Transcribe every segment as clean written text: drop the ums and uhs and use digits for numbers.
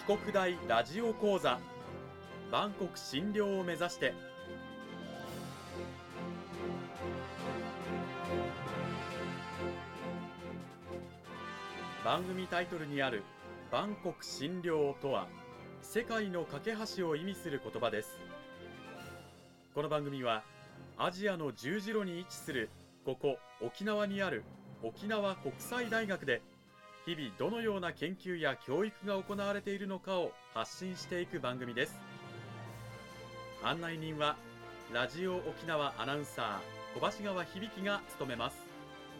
国大ラジオ講座万国診療を目指して。番組タイトルにある万国診療とは、世界の架け橋を意味する言葉です。この番組はアジアの十字路に位置するここ沖縄にある沖縄国際大学で、日々どのような研究や教育が行われているのかを発信していく番組です。案内人はラジオ沖縄アナウンサー小橋川響が務めます。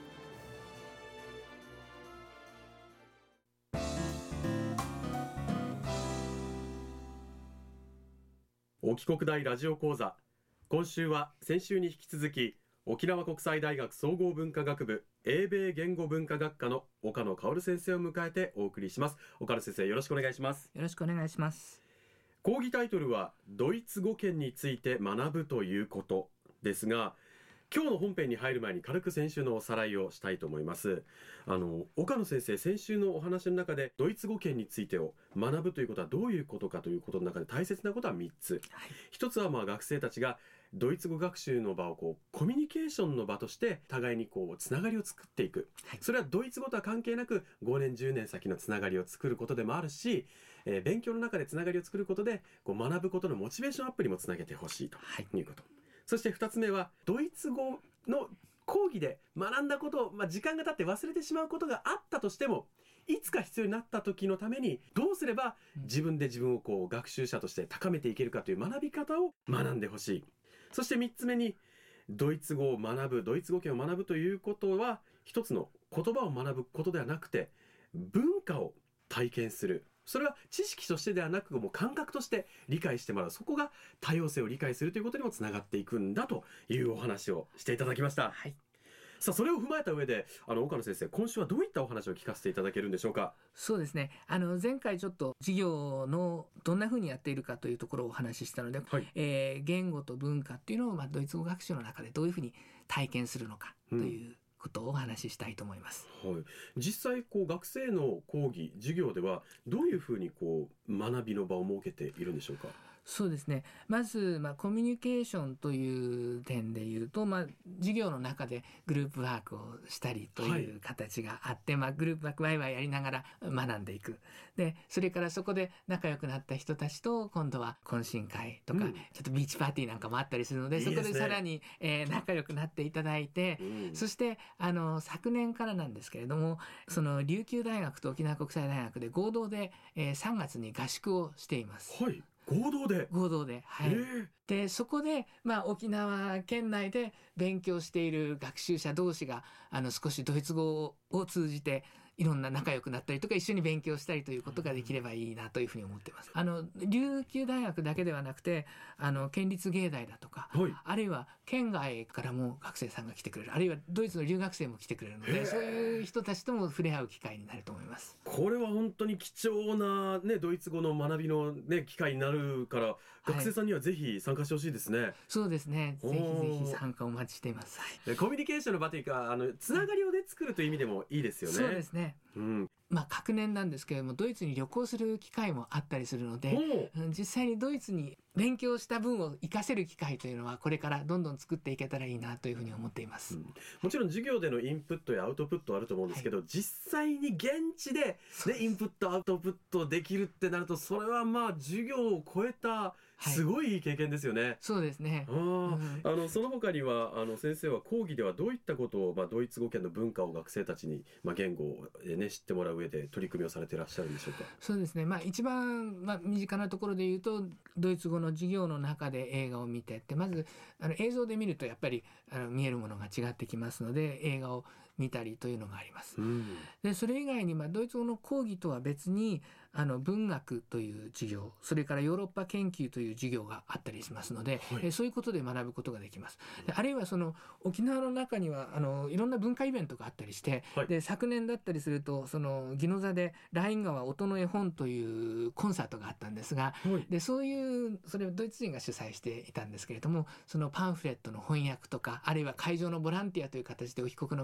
沖国大ラジオ講座、今週は先週に引き続き沖縄国際大学総合文化学部英米言語文化学科の岡野薫先生を迎えてお送りします。岡野先生、よろしくお願いします。 よろしくお願いします。 講義タイトルはドイツ語圏について学ぶということですが、今日の本編に入る前に軽く先週のおさらいをしたいと思います。岡野先生、先週のお話の中でドイツ語圏についてを学ぶということはどういうことかということの中で大切なことは3つ、1つは学生たちがドイツ語学習の場をコミュニケーションの場として互いにつながりを作っていく、それはドイツ語とは関係なく5年10年先のつながりを作ることでもあるし、勉強の中でつながりを作ることで学ぶことのモチベーションアップにもつなげてほしいということ、そして2つ目はドイツ語の講義で学んだことを、時間が経って忘れてしまうことがあったとしても、いつか必要になった時のためにどうすれば自分で自分を学習者として高めていけるかという学び方を学んでほしい。そして3つ目に、ドイツ語を学ぶ、ドイツ語圏を学ぶということは一つの言葉を学ぶことではなくて、文化を体験する。それは知識としてではなく、もう感覚として理解してもらう。そこが多様性を理解するということにもつながっていくんだというお話をしていただきました。さあ、それを踏まえた上で岡野先生、今週はどういったお話を聞かせていただけるんでしょうか。 そうですね、前回ちょっと授業のどんな風にやっているかというところをお話ししたので、言語と文化っていうのをドイツ語学習の中でどういうふうに体験するのかということをお話ししたいと思います。 実際学生の講義授業ではどういうふうに学びの場を設けているんでしょうか。 そうですね、まず、コミュニケーションという点でいうと、授業の中でグループワークをしたりという形があって、グループワークワイワイやりながら学んでいく。でそれからそこで仲良くなった人たちと今度は懇親会とか、ちょっとビーチパーティーなんかもあったりするので、そこでさらに、仲良くなっていただいて、そして昨年からなんですけれども、その琉球大学と沖縄国際大学で合同で、3月に合宿をしています。合同で、でそこで、沖縄県内で勉強している学習者同士が少しドイツ語を通じていろんな仲良くなったりとか、一緒に勉強したりということができればいいなというふうに思っています。琉球大学だけではなくて県立芸大だとか、あるいは県外からも学生さんが来てくれる、あるいはドイツの留学生も来てくれるので、そういう人たちとも触れ合う機会になると思います。 これは本当に貴重な、ドイツ語の学びの、機会になるから、学生さんにはぜひ参加してほしいですね。 そうですね、ぜひぜひ参加お待ちしています。 コミュニケーションの場というかつながりを作るという意味でもいいですよね。 そうですね、隔年なんですけれども、ドイツに旅行する機会もあったりするので、実際にドイツに勉強した分を活かせる機会というのはこれからどんどん作っていけたらいいなというふうに思っています。 もちろん授業でのインプットやアウトプットあると思うんですけど、実際に現地で、インプットアウトプットできるってなると、それは授業を超えたすごいいい経験ですよね。 そうですね。 その他には先生は講義ではどういったことを、ドイツ語圏の文化を学生たちに、言語を、知ってもらう上で取り組みをされていらっしゃるんでしょうか。 そうですね、一番、身近なところで言うと、ドイツ語の授業の中で映画を見てって、まず映像で見るとやっぱり見えるものが違ってきますので、映画を見たりというのがあります。でそれ以外にドイツ語の講義とは別に文学という授業、それからヨーロッパ研究という授業があったりしますので、そういうことで学ぶことができます。であるいはその沖縄の中にはいろんな文化イベントがあったりして、で昨年だったりするとその宜野座でライン川音の絵本というコンサートがあったんですが、でそれをドイツ人が主催していたんですけれども、そのパンフレットの翻訳とか、あるいは会場のボランティアという形でお帰国の学生に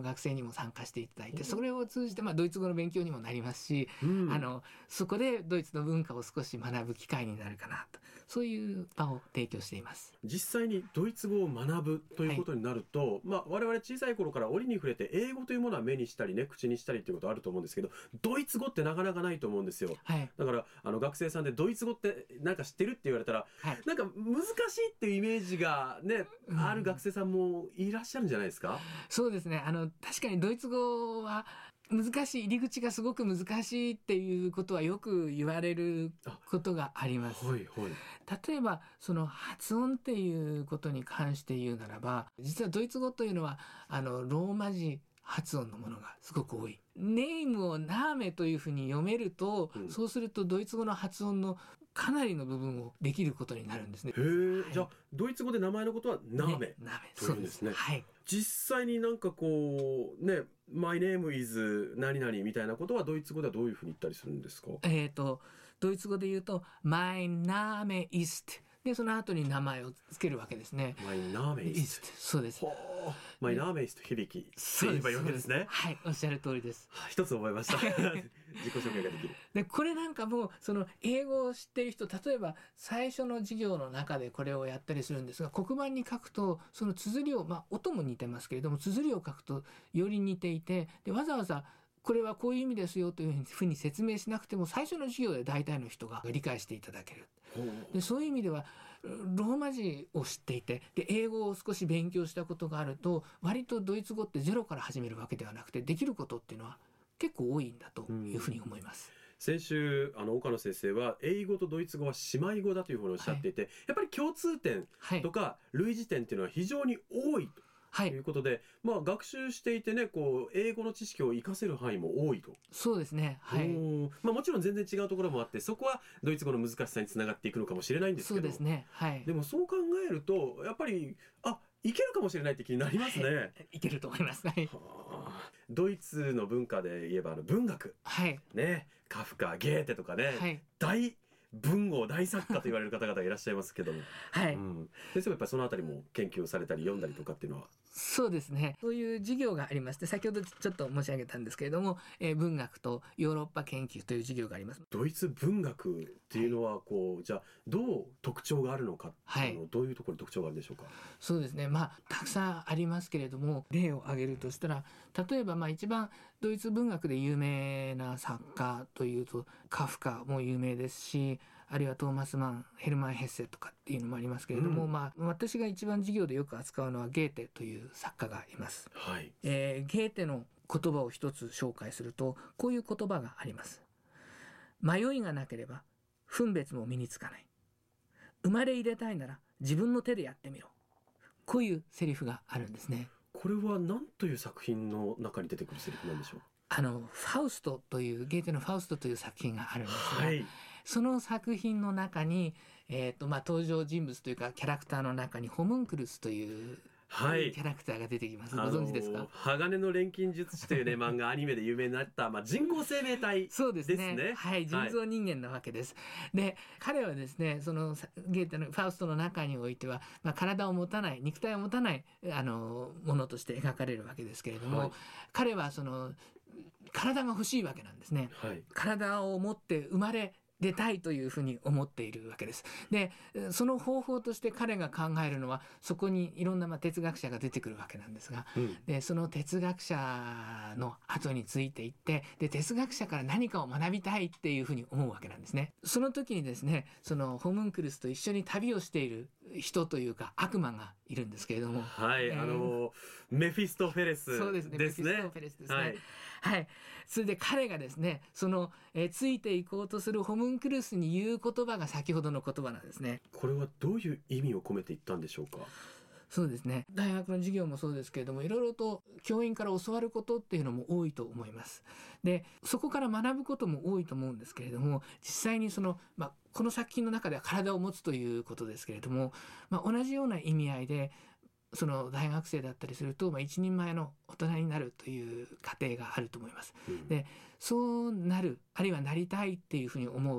にも参加していただいて、それを通じてドイツ語の勉強にもなりますし、 うん、 そこでドイツの文化を少し学ぶ機会になるかなと、そういう場を提供しています。 実際にドイツ語を学ぶということになると、我々小さい頃から折に触れて英語というものは目にしたりね、口にしたりということあると思うんですけど、ドイツ語ってなかなかないと思うんですよ。 はい、 だから学生さんでドイツ語ってなんか知ってるって言われたら、 はい、 なんか難しいっていうイメージがね、ある学生さんもいらっしゃるんじゃないですか。 そうですね。確かにドイツ語は難しい、入り口がすごく難しいっていうことはよく言われることがあります。 はいはい。 例えばその発音っていうことに関して言うならば、実はドイツ語というのはローマ字発音のものがすごく多い。ネームをナーメというふうに読めると、そうするとドイツ語の発音のかなりの部分をできることになるんですね。 へえ、じゃあドイツ語で名前のことはナーメ、 ナーメ、 そうですね。 はい。 実際になんかこうね、My name is 何々みたいなことはドイツ語ではどういうふうに言ったりするんですか。 ドイツ語で言うと My name is でその後に名前をつけるわけですね。 My name is そうです。 My name is と響きって言えばいいわけですね。 はい、おっしゃる通りです。 一つ覚えました。自己紹介ができる。 でこれなんかもその英語を知っている人、例えば最初の授業の中でこれをやったりするんですが、黒板に書くとその綴りを、音も似てますけれども綴りを書くとより似ていて、でわざわざこれはこういう意味ですよというふうに説明しなくても最初の授業で大体の人が理解していただける。でそういう意味ではローマ字を知っていて、で英語を少し勉強したことがあると、割とドイツ語ってゼロから始めるわけではなくて、できることっていうのは結構多いんだというふうに思います。 先週岡野先生は英語とドイツ語は姉妹語だというふうにおっしゃっていて、やっぱり共通点とか類似点っていうのは非常に多いということで、学習していてね、こう英語の知識を活かせる範囲も多いと。 そうですね。はい。 もちろん全然違うところもあって、そこはドイツ語の難しさにつながっていくのかもしれないんですけど。 そうですね。はい。 でもそう考えるとやっぱりいけるかもしれないって気になりますね。はい、 いけると思います。はい。 ドイツの文化で言えば文学、 はい、 ね、カフカ、ゲーテとかね、 はい、 大文豪大作家と言われる方々がいらっしゃいますけども、 はい、 先生もやっぱりそのあたりも研究をされたり読んだりとかっていうのは。 そうですね。そういう授業がありまして、先ほどちょっと申し上げたんですけれども、文学とヨーロッパ研究という授業があります。 ドイツ文学っていうのはじゃあどう特徴があるのか、はい、どういうところに特徴があるんでしょうか。 そうですね。たくさんありますけれども、例を挙げるとしたら、例えば一番ドイツ文学で有名な作家というとカフカも有名ですし、あるいはトーマス・マン、ヘルマン・ヘッセとかっていうのもありますけれども、私が一番授業でよく扱うのはゲーテという作家がいます。 はい。 ゲーテの言葉を一つ紹介すると、こういう言葉があります。迷いがなければ分別も身につかない。生まれ入れたいなら自分の手でやってみろ。こういうセリフがあるんですね。 これは何という作品の中に出てくるセリフなんでしょう。 ファウストというゲーテのファウストという作品があるんですが、 はい、 その作品の中に、登場人物というかキャラクターの中にホムンクルスというキャラクターが出てきます。ご存知ですか。 鋼の錬金術師というね漫画アニメで有名になった人工生命体ですね。 そうですね。はい、人造人間なわけです。で、彼はですね、そのゲーテのファウストの中においては、体を持たない、肉体を持たないものとして描かれるわけですけれども、彼はその体が欲しいわけなんですね。体を持って生まれ出たいというふうに思っているわけです。で、その方法として彼が考えるのは、そこにいろんな哲学者が出てくるわけなんですが、でその哲学者の後についていって、で哲学者から何かを学びたいっていうふうに思うわけなんですね。その時にですね、そのホムンクルスと一緒に旅をしている人というか悪魔がいるんですけれども、 はい、メフィストフェレスですね。 そうですね。メフィストフェレスですね。はい、それで彼がですね、その、ついていこうとするホムンクルスに言う言葉が先ほどの言葉なんですね。 これはどういう意味を込めていったんでしょうか。 そうですね。大学の授業もそうですけれども、いろいろと教員から教わることっていうのも多いと思います。で、そこから学ぶことも多いと思うんですけれども、実際にその、この作品の中では体を持つということですけれども、同じような意味合いで、その大学生だったりすると、一人前の大人になるという過程があると思います。で、そうなる、あるいはなりたいっていうふうに思う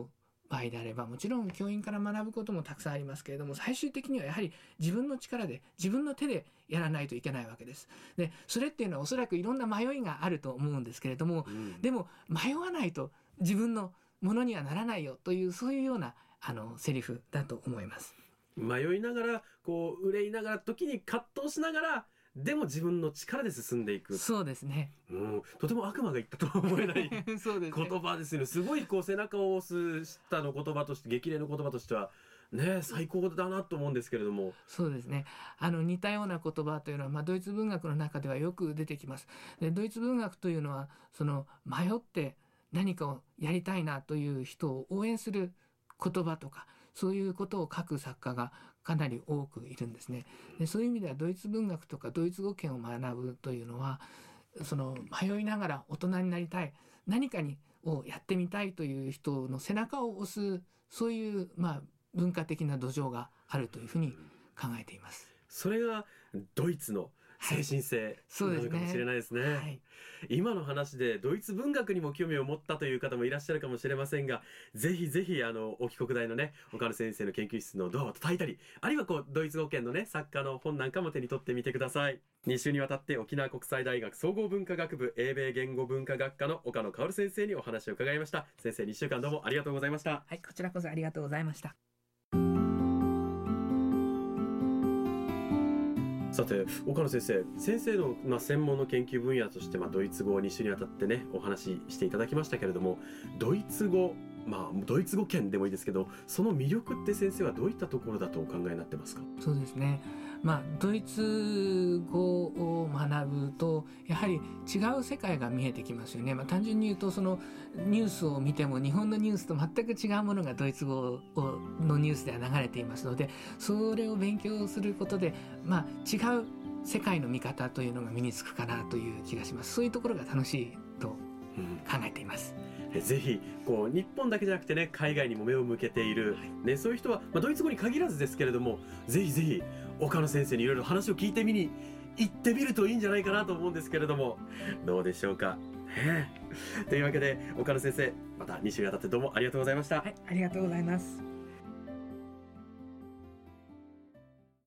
場合であればもちろん教員から学ぶこともたくさんありますけれども、最終的にはやはり自分の力で自分の手でやらないといけないわけです。でそれっていうのはおそらくいろんな迷いがあると思うんですけれども、でも迷わないと自分のものにはならないよという、そういうようなセリフだと思います。 迷いながら憂いながら、時に葛藤しながら、でも自分の力で進んでいく。 そうですね、 とても悪魔が言ったとは思えないそうですね、 言葉ですよね。すごい背中を押す舌の言葉として、激励の言葉としてはね、最高だなと思うんですけれども。 そうですね、似たような言葉というのは、ドイツ文学の中ではよく出てきます。でドイツ文学というのはその迷って何かをやりたいなという人を応援する言葉とか、そういうことを書く作家がかなり多くいるんですね。でそういう意味ではドイツ文学とかドイツ語圏を学ぶというのは、その迷いながら大人になりたい、何かをやってみたいという人の背中を押す、そういう文化的な土壌があるというふうに考えています。 それがドイツの精神性なのかもしれないですね。 はい、 今の話でドイツ文学にも興味を持ったという方もいらっしゃるかもしれませんが、ぜひぜひ沖国大のね、岡野先生の研究室のドアを叩いたり、あるいはドイツ語圏のね、作家の本なんかも手に取ってみてください。2週にわたって沖縄国際大学総合文化学部英米言語文化学科の岡野薫先生にお話を伺いました。先生、2週間どうもありがとうございました。 はい、こちらこそありがとうございました。 さて岡野先生の、専門の研究分野として、ドイツ語を2週にわたってねお話ししていただきましたけれども、ドイツ語圏でもいいですけど、その魅力って先生はどういったところだとお考えになってますか？ そうですね、ドイツ語を学ぶとやはり違う世界が見えてきますよね。単純に言うと、そのニュースを見ても日本のニュースと全く違うものがドイツ語のニュースでは流れていますので、それを勉強することで、違う世界の見方というのが身につくかなという気がします。そういうところが楽しいと考えています。 ぜひ日本だけじゃなくてね、海外にも目を向けている、そういう人は、ドイツ語に限らずですけれども、ぜひぜひ岡野先生にいろいろ話を聞いてみに行ってみるといいんじゃないかなと思うんですけれども、どうでしょうか。というわけで岡野先生、また2週にわたってどうもありがとうございました。 はい、ありがとうございます。